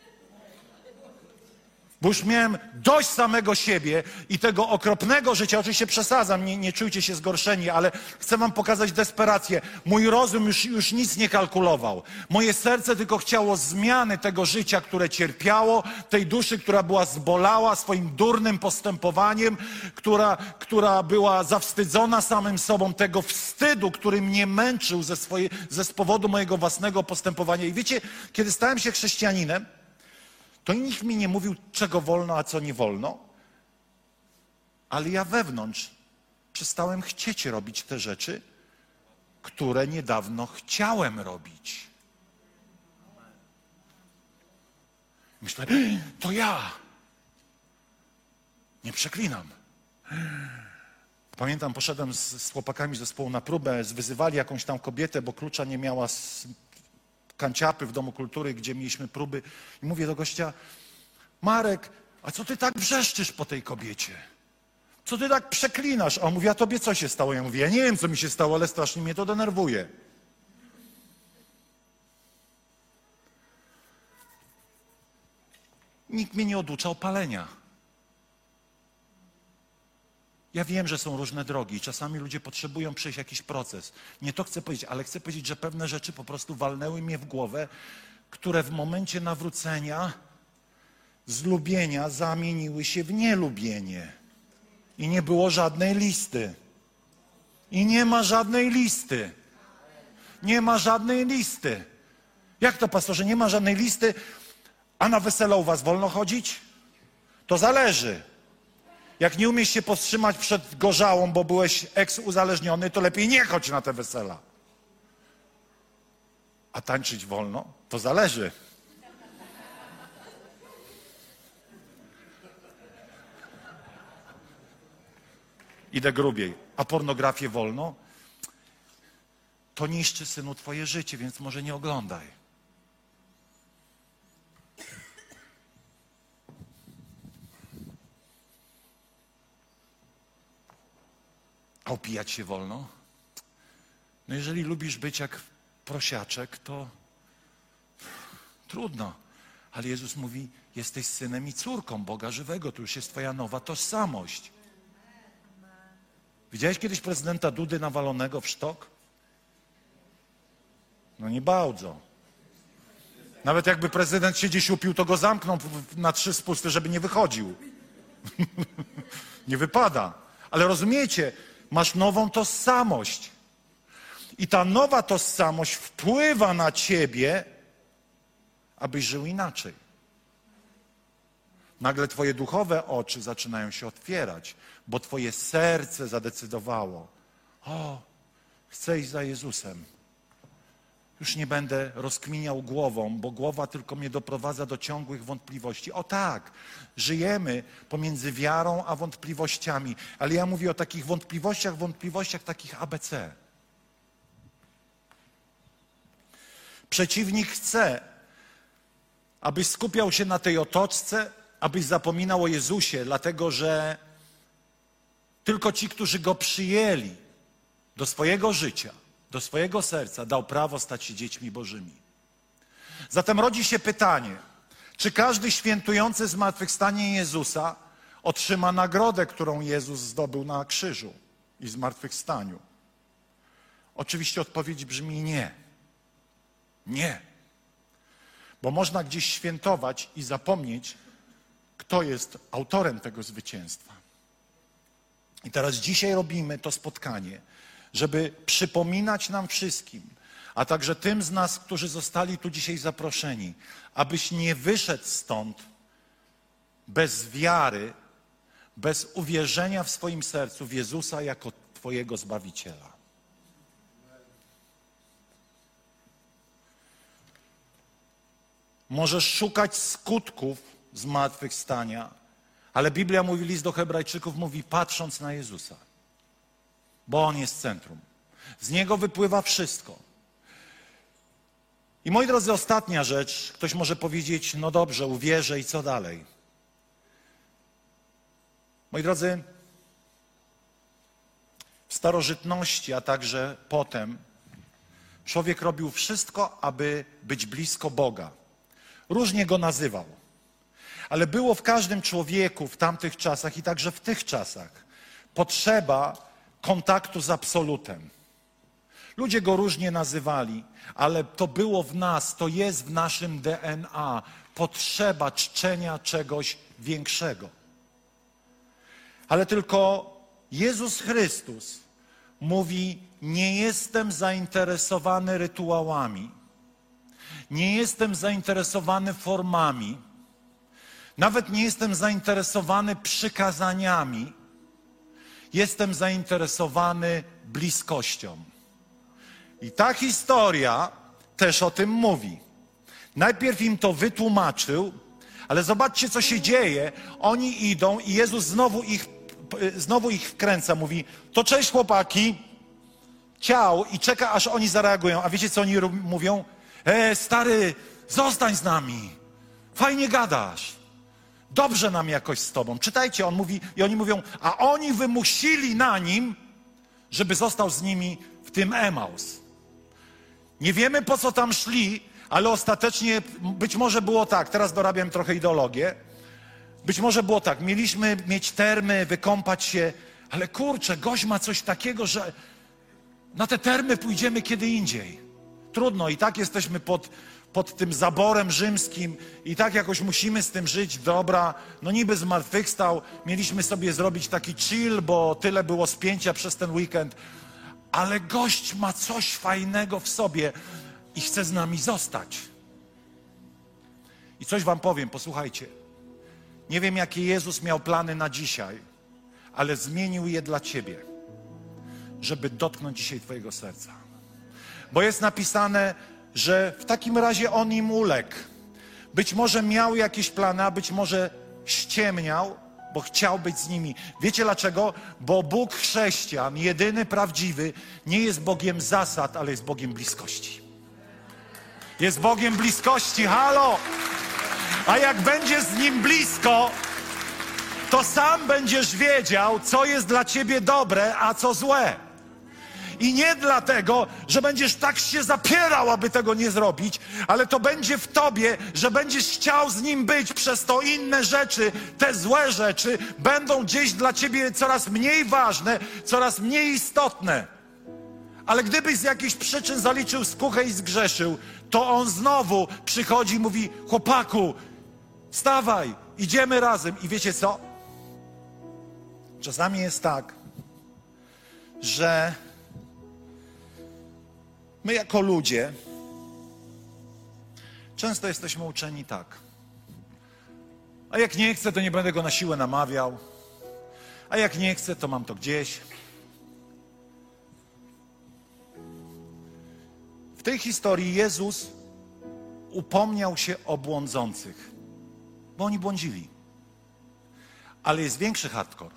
Bo już miałem dość samego siebie i tego okropnego życia. Oczywiście przesadzam, nie czujcie się zgorszeni, ale chcę wam pokazać desperację. Mój rozum już nic nie kalkulował. Moje serce tylko chciało zmiany tego życia, które cierpiało, tej duszy, która była zbolała swoim durnym postępowaniem, która była zawstydzona samym sobą, tego wstydu, który mnie męczył z powodu mojego własnego postępowania. I wiecie, kiedy stałem się chrześcijaninem, to nikt mi nie mówił, czego wolno, a co nie wolno, ale ja wewnątrz przestałem chcieć robić te rzeczy, które niedawno chciałem robić. Myślę, to ja. Nie przeklinam. Pamiętam, poszedłem z chłopakami z zespołu na próbę, zwyzywali jakąś tam kobietę, bo klucza nie miała z kanciapy w Domu Kultury, gdzie mieliśmy próby. I mówię do gościa, Marek, a co ty tak wrzeszczysz po tej kobiecie? Co ty tak przeklinasz? A on mówi, a tobie co się stało? Ja mówię, ja nie wiem, co mi się stało, ale strasznie mnie to denerwuje. Nikt mnie nie oduczał palenia. Ja wiem, że są różne drogi i czasami ludzie potrzebują przejść jakiś proces. Nie to chcę powiedzieć, ale chcę powiedzieć, że pewne rzeczy po prostu walnęły mnie w głowę, które w momencie nawrócenia z lubienia zamieniły się w nielubienie. I nie było żadnej listy. I nie ma żadnej listy. Nie ma żadnej listy. Jak to, pastorze, nie ma żadnej listy, a na wesele u was wolno chodzić? To zależy. Jak nie umiesz się powstrzymać przed gorzałą, bo byłeś eks-uzależniony, to lepiej nie chodź na te wesela. A tańczyć wolno? To zależy. Idę grubiej. A pornografię wolno? To niszczy, synu, twoje życie, więc może nie oglądaj. A opijać się wolno? No jeżeli lubisz być jak prosiaczek, to trudno. Ale Jezus mówi, jesteś synem i córką Boga żywego. To już jest twoja nowa tożsamość. Widziałeś kiedyś prezydenta Dudy nawalonego w sztok? No nie bardzo. Nawet jakby prezydent się gdzieś upił, to go zamkną na 3 spusty, żeby nie wychodził. Nie wypada. Ale rozumiecie, masz nową tożsamość. I ta nowa tożsamość wpływa na ciebie, abyś żył inaczej. Nagle twoje duchowe oczy zaczynają się otwierać, bo twoje serce zadecydowało: o, chcę iść za Jezusem. Już nie będę rozkminiał głową, bo głowa tylko mnie doprowadza do ciągłych wątpliwości. O tak, żyjemy pomiędzy wiarą a wątpliwościami, ale ja mówię o takich wątpliwościach takich ABC. Przeciwnik chce, abyś skupiał się na tej otoczce, abyś zapominał o Jezusie, dlatego że tylko ci, którzy Go przyjęli do swojego życia, do swojego serca, dał prawo stać się dziećmi Bożymi. Zatem rodzi się pytanie, czy każdy świętujący zmartwychwstanie Jezusa otrzyma nagrodę, którą Jezus zdobył na krzyżu i zmartwychwstaniu? Oczywiście odpowiedź brzmi nie. Nie. Bo można gdzieś świętować i zapomnieć, kto jest autorem tego zwycięstwa. I teraz dzisiaj robimy to spotkanie, żeby przypominać nam wszystkim, a także tym z nas, którzy zostali tu dzisiaj zaproszeni, abyś nie wyszedł stąd bez wiary, bez uwierzenia w swoim sercu w Jezusa jako twojego Zbawiciela. Możesz szukać skutków zmartwychwstania, ale Biblia mówi, list do Hebrajczyków mówi, patrząc na Jezusa, bo On jest centrum. Z Niego wypływa wszystko. I moi drodzy, ostatnia rzecz, ktoś może powiedzieć, no dobrze, uwierzę i co dalej? Moi drodzy, w starożytności, a także potem, człowiek robił wszystko, aby być blisko Boga. Różnie Go nazywał. Ale było w każdym człowieku w tamtych czasach i także w tych czasach potrzeba kontaktu z absolutem. Ludzie Go różnie nazywali, ale to było w nas, to jest w naszym DNA. Potrzeba czczenia czegoś większego. Ale tylko Jezus Chrystus mówi, nie jestem zainteresowany rytuałami, nie jestem zainteresowany formami, nawet nie jestem zainteresowany przykazaniami, jestem zainteresowany bliskością. I ta historia też o tym mówi. Najpierw im to wytłumaczył, ale zobaczcie, co się dzieje. Oni idą i Jezus znowu ich wkręca. Mówi, to cześć chłopaki, ciao, i czeka, aż oni zareagują. A wiecie, co oni mówią? Stary, zostań z nami. Fajnie gadasz. Dobrze nam jakoś z tobą. Czytajcie, on mówi, i oni mówią, a oni wymusili na nim, żeby został z nimi w tym Emaus. Nie wiemy, po co tam szli, ale ostatecznie być może było tak, teraz dorabiam trochę ideologię, być może było tak, mieliśmy mieć termy, wykąpać się, ale kurczę, gość ma coś takiego, że na te termy pójdziemy kiedy indziej. Trudno, i tak jesteśmy pod tym zaborem rzymskim i tak jakoś musimy z tym żyć, dobra, no niby zmartwychwstał, mieliśmy sobie zrobić taki chill, bo tyle było spięcia przez ten weekend, ale gość ma coś fajnego w sobie i chce z nami zostać. I coś wam powiem, posłuchajcie. Nie wiem, jakie Jezus miał plany na dzisiaj, ale zmienił je dla ciebie, żeby dotknąć dzisiaj twojego serca. Bo jest napisane, że w takim razie on im uległ. Być może miał jakieś plany, a być może ściemniał, bo chciał być z nimi. Wiecie dlaczego? Bo Bóg chrześcijan, jedyny prawdziwy, nie jest Bogiem zasad, ale jest Bogiem bliskości. Jest Bogiem bliskości, halo! A jak będziesz z Nim blisko, to sam będziesz wiedział, co jest dla ciebie dobre, a co złe. I nie dlatego, że będziesz tak się zapierał, aby tego nie zrobić, ale to będzie w tobie, że będziesz chciał z Nim być, przez to inne rzeczy, te złe rzeczy będą gdzieś dla ciebie coraz mniej ważne, coraz mniej istotne. Ale gdybyś z jakichś przyczyn zaliczył skuchę i zgrzeszył, to On znowu przychodzi i mówi: chłopaku, wstawaj, idziemy razem. I wiecie co? Czasami jest tak, że my jako ludzie często jesteśmy uczeni tak: a jak nie chcę, to nie będę go na siłę namawiał, a jak nie chcę, to mam to gdzieś. W tej historii Jezus upomniał się o błądzących, bo oni błądzili. Ale jest większy hardcore.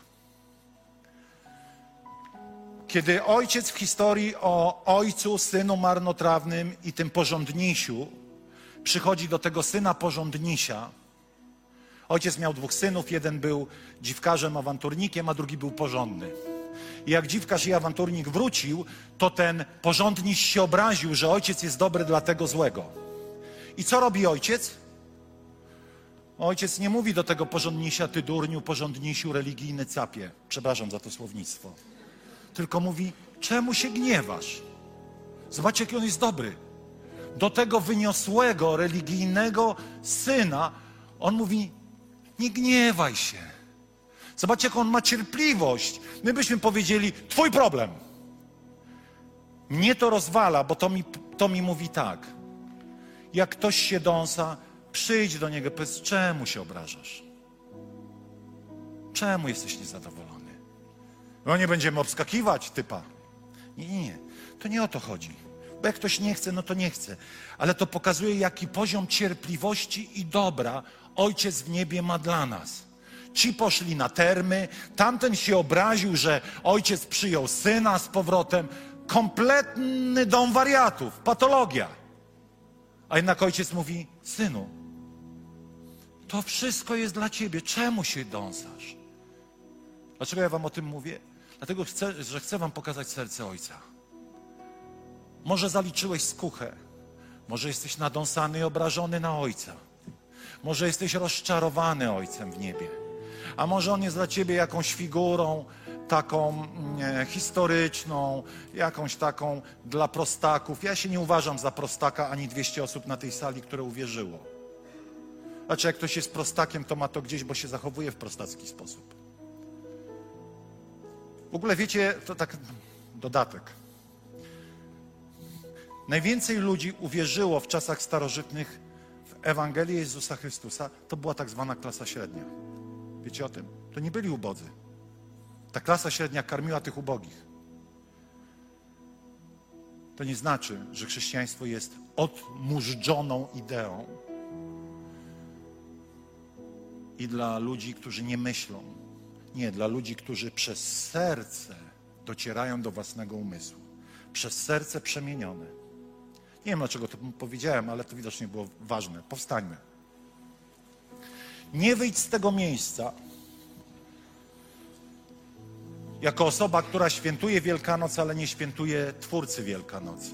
Kiedy ojciec w historii o ojcu, synu marnotrawnym i tym porządnisiu przychodzi do tego syna porządnisia. Ojciec miał 2 synów, jeden był dziwkarzem, awanturnikiem, a drugi był porządny. I jak dziwkarz i awanturnik wrócił, to ten porządniś się obraził, że ojciec jest dobry dla tego złego. I co robi ojciec? Ojciec nie mówi do tego porządnisia: ty durniu, porządnisiu, religijny capie. Przepraszam za to słownictwo. Tylko mówi: czemu się gniewasz? Zobacz, jaki on jest dobry. Do tego wyniosłego, religijnego syna on mówi: nie gniewaj się. Zobaczcie, jak on ma cierpliwość. My byśmy powiedzieli: twój problem. Mnie to rozwala, bo to mi mówi tak: jak ktoś się dąsa, przyjdź do niego, powiedz: czemu się obrażasz? Czemu jesteś niezadowolony? No nie będziemy obskakiwać typa. Nie. To nie o to chodzi. Bo jak ktoś nie chce, no to nie chce. Ale to pokazuje, jaki poziom cierpliwości i dobra Ojciec w niebie ma dla nas. Ci poszli na termy, tamten się obraził, że ojciec przyjął syna z powrotem. Kompletny dom wariatów, patologia. A jednak ojciec mówi: synu, to wszystko jest dla ciebie, czemu się dąsasz? Dlaczego ja wam o tym mówię? Dlatego, że chcę wam pokazać serce Ojca. Może zaliczyłeś skuchę, może jesteś nadąsany i obrażony na Ojca, może jesteś rozczarowany Ojcem w niebie, a może On jest dla ciebie jakąś figurą taką historyczną, jakąś taką dla prostaków. Ja się nie uważam za prostaka, ani 200 osób na tej sali, które uwierzyło. Znaczy, jak ktoś jest prostakiem, to ma to gdzieś, bo się zachowuje w prostacki sposób. W ogóle wiecie, to tak dodatek. Najwięcej ludzi uwierzyło w czasach starożytnych w Ewangelię Jezusa Chrystusa. To była tak zwana klasa średnia. Wiecie o tym? To nie byli ubodzy. Ta klasa średnia karmiła tych ubogich. To nie znaczy, że chrześcijaństwo jest odmurzczoną ideą i dla ludzi, którzy nie myślą. Nie, dla ludzi, którzy przez serce docierają do własnego umysłu. Przez serce przemienione. Nie wiem, dlaczego to powiedziałem, ale to widocznie było ważne. Powstańmy. Nie wyjdź z tego miejsca jako osoba, która świętuje Wielkanoc, ale nie świętuje Twórcy Wielkanocy.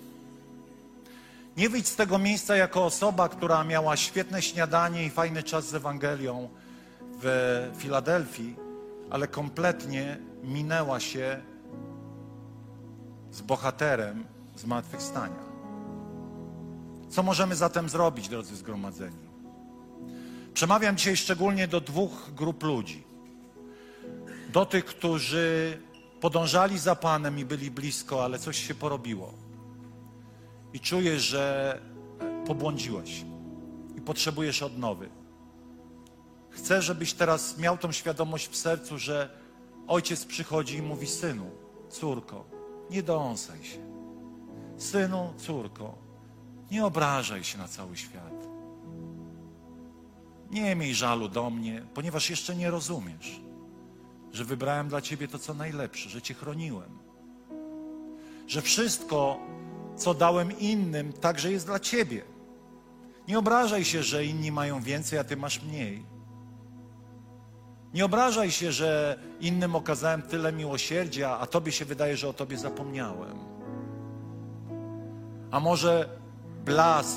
Nie wyjdź z tego miejsca jako osoba, która miała świetne śniadanie i fajny czas z Ewangelią w Filadelfii, ale kompletnie minęła się z bohaterem zmartwychwstania. Co możemy zatem zrobić, drodzy zgromadzeni? Przemawiam dzisiaj szczególnie do 2 grup ludzi. Do tych, którzy podążali za Panem i byli blisko, ale coś się porobiło. I czujesz, że pobłądziłeś i potrzebujesz odnowy. Chcę, żebyś teraz miał tą świadomość w sercu, że Ojciec przychodzi i mówi: synu, córko, nie dąsaj się. Synu, córko, nie obrażaj się na cały świat. Nie miej żalu do mnie, ponieważ jeszcze nie rozumiesz, że wybrałem dla ciebie to, co najlepsze, że cię chroniłem. Że wszystko, co dałem innym, także jest dla ciebie. Nie obrażaj się, że inni mają więcej, a ty masz mniej. Nie obrażaj się, że innym okazałem tyle miłosierdzia, a tobie się wydaje, że o tobie zapomniałem. A może blask,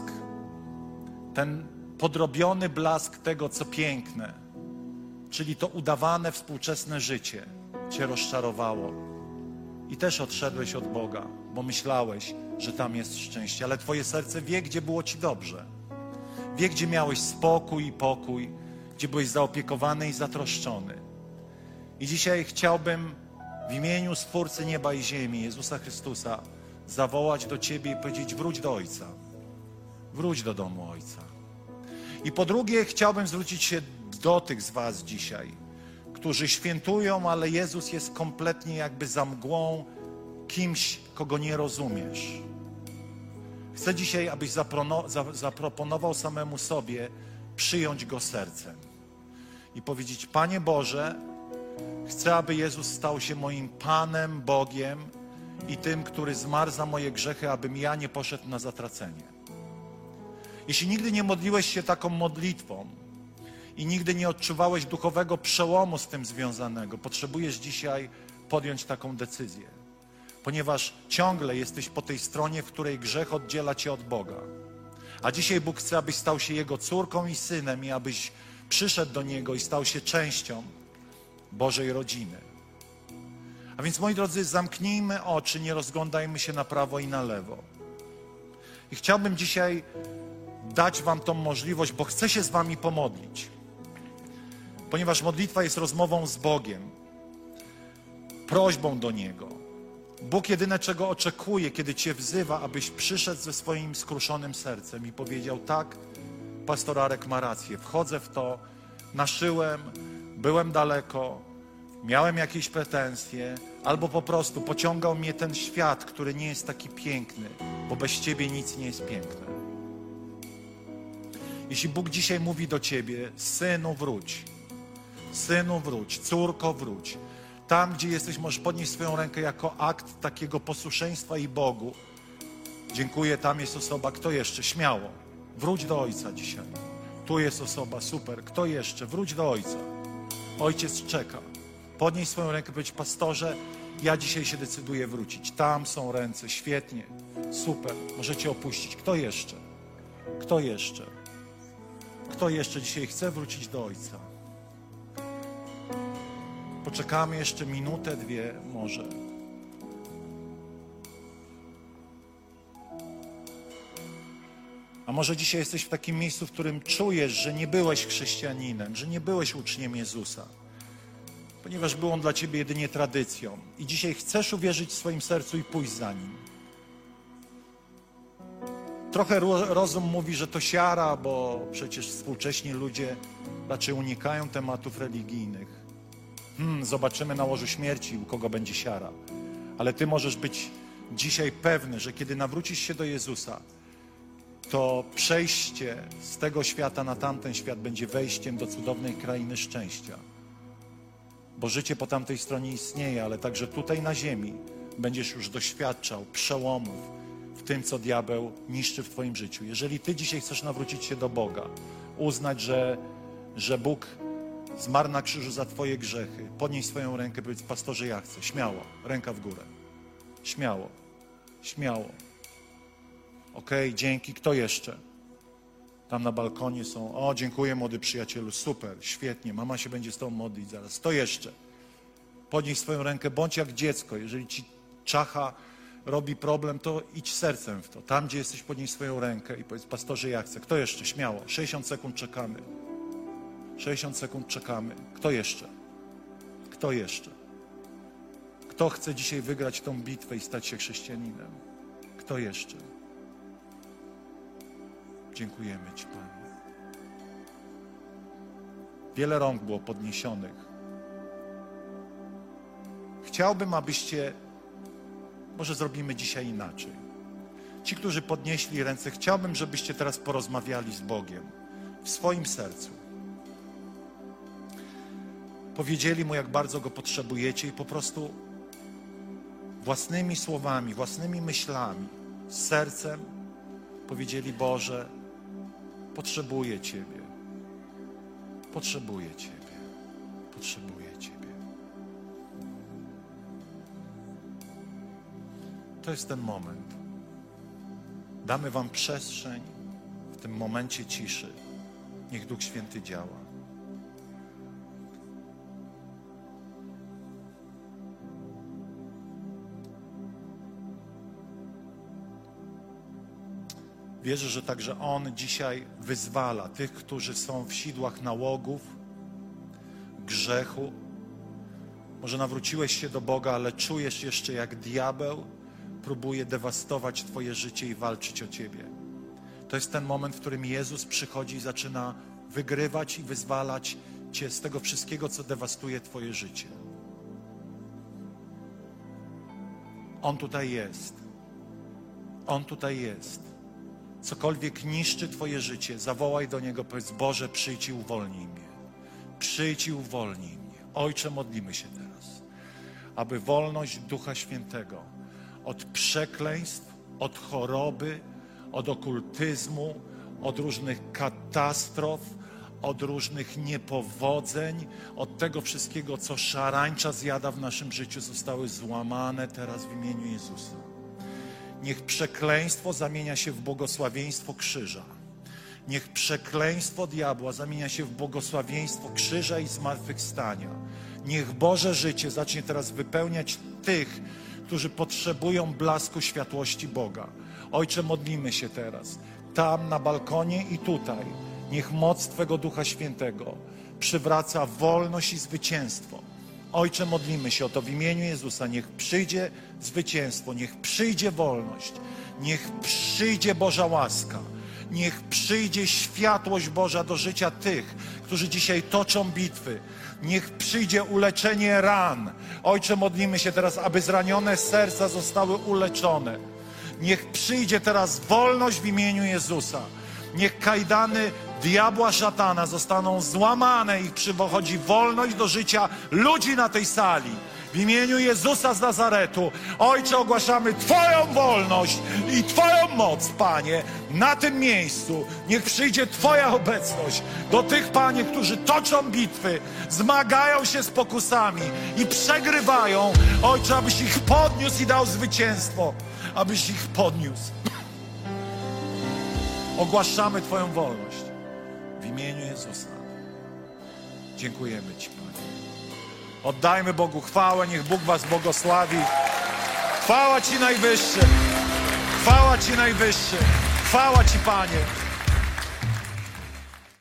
ten podrobiony blask tego, co piękne, czyli to udawane współczesne życie, cię rozczarowało i też odszedłeś od Boga, bo myślałeś, że tam jest szczęście, ale twoje serce wie, gdzie było ci dobrze. Wie, gdzie miałeś spokój i pokój, gdzie byłeś zaopiekowany i zatroszczony. I dzisiaj chciałbym w imieniu Stwórcy nieba i ziemi, Jezusa Chrystusa, zawołać do ciebie i powiedzieć: wróć do Ojca. Wróć do domu Ojca. I po drugie, chciałbym zwrócić się do tych z was dzisiaj, którzy świętują, ale Jezus jest kompletnie jakby za mgłą, kimś, kogo nie rozumiesz. Chcę dzisiaj, abyś zaproponował samemu sobie przyjąć Go sercem i powiedzieć: Panie Boże, chcę, aby Jezus stał się moim Panem, Bogiem i tym, który zmarł za moje grzechy, abym ja nie poszedł na zatracenie. Jeśli nigdy nie modliłeś się taką modlitwą i nigdy nie odczuwałeś duchowego przełomu z tym związanego, potrzebujesz dzisiaj podjąć taką decyzję, ponieważ ciągle jesteś po tej stronie, w której grzech oddziela cię od Boga. A dzisiaj Bóg chce, abyś stał się Jego córką i synem i abyś przyszedł do Niego i stał się częścią Bożej rodziny. A więc, moi drodzy, zamknijmy oczy, nie rozglądajmy się na prawo i na lewo. I chciałbym dzisiaj dać wam tą możliwość, bo chcę się z wami pomodlić. Ponieważ modlitwa jest rozmową z Bogiem, prośbą do Niego. Bóg jedyne, czego oczekuje, kiedy cię wzywa, abyś przyszedł ze swoim skruszonym sercem i powiedział: tak, pastor Arek ma rację, wchodzę w to, naszyłem, byłem daleko, miałem jakieś pretensje, albo po prostu pociągał mnie ten świat, który nie jest taki piękny, bo bez ciebie nic nie jest piękne. Jeśli Bóg dzisiaj mówi do ciebie: synu wróć, córko wróć, tam, gdzie jesteś, możesz podnieść swoją rękę jako akt takiego posłuszeństwa i Bogu. Dziękuję, tam jest osoba. Kto jeszcze? Śmiało. Wróć do Ojca dzisiaj. Tu jest osoba, super. Kto jeszcze? Wróć do Ojca. Ojciec czeka. Podnieś swoją rękę i powiedz: pastorze, ja dzisiaj się decyduję wrócić. Tam są ręce, świetnie, super. Możecie opuścić. Kto jeszcze? Kto jeszcze? Kto jeszcze dzisiaj chce wrócić do Ojca? Poczekamy jeszcze minutę, dwie może. A może dzisiaj jesteś w takim miejscu, w którym czujesz, że nie byłeś chrześcijaninem, że nie byłeś uczniem Jezusa, ponieważ był On dla ciebie jedynie tradycją. I dzisiaj chcesz uwierzyć w swoim sercu i pójść za Nim. Trochę rozum mówi, że to siara, bo przecież współcześni ludzie raczej unikają tematów religijnych. Zobaczymy na łożu śmierci, u kogo będzie siara. Ale ty możesz być dzisiaj pewny, że kiedy nawrócisz się do Jezusa, to przejście z tego świata na tamten świat będzie wejściem do cudownej krainy szczęścia. Bo życie po tamtej stronie istnieje, ale także tutaj na ziemi będziesz już doświadczał przełomów w tym, co diabeł niszczy w twoim życiu. Jeżeli ty dzisiaj chcesz nawrócić się do Boga, uznać, że Bóg zmarł na krzyżu za twoje grzechy, podnieś swoją rękę i powiedz: pastorze, ja chcę. Śmiało, ręka w górę. Śmiało, śmiało. Okej, dzięki. Kto jeszcze? Tam na balkonie są. O, dziękuję, młody przyjacielu, super, świetnie. Mama się będzie z tobą modlić zaraz. Kto jeszcze? Podnieś swoją rękę, bądź jak dziecko. Jeżeli ci czacha robi problem, to idź sercem w to. Tam, gdzie jesteś, podnieś swoją rękę i powiedz: pastorze, ja chcę. Kto jeszcze? Śmiało. 60 sekund czekamy. 60 sekund czekamy. Kto jeszcze? Kto jeszcze? Kto chce dzisiaj wygrać tą bitwę i stać się chrześcijaninem? Kto jeszcze? Dziękujemy Ci, Panie. Wiele rąk było podniesionych. Chciałbym, abyście, może zrobimy dzisiaj inaczej. Ci, którzy podnieśli ręce, chciałbym, żebyście teraz porozmawiali z Bogiem w swoim sercu. Powiedzieli Mu, jak bardzo Go potrzebujecie i po prostu własnymi słowami, własnymi myślami, z sercem powiedzieli: Boże, potrzebuję Ciebie. Potrzebuję Ciebie. potrzebuje Ciebie. To jest ten moment. Damy Wam przestrzeń w tym momencie ciszy. Niech Duch Święty działa. Wierzę, że także On dzisiaj wyzwala tych, którzy są w sidłach nałogów, grzechu. Może nawróciłeś się do Boga, ale czujesz jeszcze, jak diabeł próbuje dewastować Twoje życie i walczyć o Ciebie. To jest ten moment, w którym Jezus przychodzi i zaczyna wygrywać i wyzwalać Cię z tego wszystkiego, co dewastuje Twoje życie. On tutaj jest. On tutaj jest. Cokolwiek niszczy Twoje życie, zawołaj do Niego, powiedz: Boże, przyjdź i uwolnij mnie. Przyjdź i uwolnij mnie. Ojcze, modlimy się teraz, aby wolność Ducha Świętego od przekleństw, od choroby, od okultyzmu, od różnych katastrof, od różnych niepowodzeń, od tego wszystkiego, co szarańcza zjada w naszym życiu, zostały złamane teraz w imieniu Jezusa. Niech przekleństwo zamienia się w błogosławieństwo krzyża. Niech przekleństwo diabła zamienia się w błogosławieństwo krzyża i zmartwychwstania. Niech Boże życie zacznie teraz wypełniać tych, którzy potrzebują blasku światłości Boga. Ojcze, modlimy się teraz. Tam na balkonie i tutaj. Niech moc Twego Ducha Świętego przywraca wolność i zwycięstwo. Ojcze, modlimy się o to w imieniu Jezusa. Niech przyjdzie zwycięstwo, niech przyjdzie wolność, niech przyjdzie Boża łaska, niech przyjdzie światłość Boża do życia tych, którzy dzisiaj toczą bitwy. Niech przyjdzie uleczenie ran. Ojcze, modlimy się teraz, aby zranione serca zostały uleczone. Niech przyjdzie teraz wolność w imieniu Jezusa. Niech kajdany diabła, szatana zostaną złamane i przychodzi wolność do życia ludzi na tej sali. W imieniu Jezusa z Nazaretu, Ojcze, ogłaszamy Twoją wolność i Twoją moc, Panie, na tym miejscu. Niech przyjdzie Twoja obecność do tych, Panie, którzy toczą bitwy, zmagają się z pokusami i przegrywają. Ojcze, abyś ich podniósł i dał zwycięstwo, abyś ich podniósł. Ogłaszamy Twoją wolność w imieniu Jezusa. Dziękujemy Ci, Panie. Oddajmy Bogu chwałę, niech Bóg was błogosławi. Chwała Ci Najwyższy. Chwała Ci Najwyższy. Chwała Ci, Panie.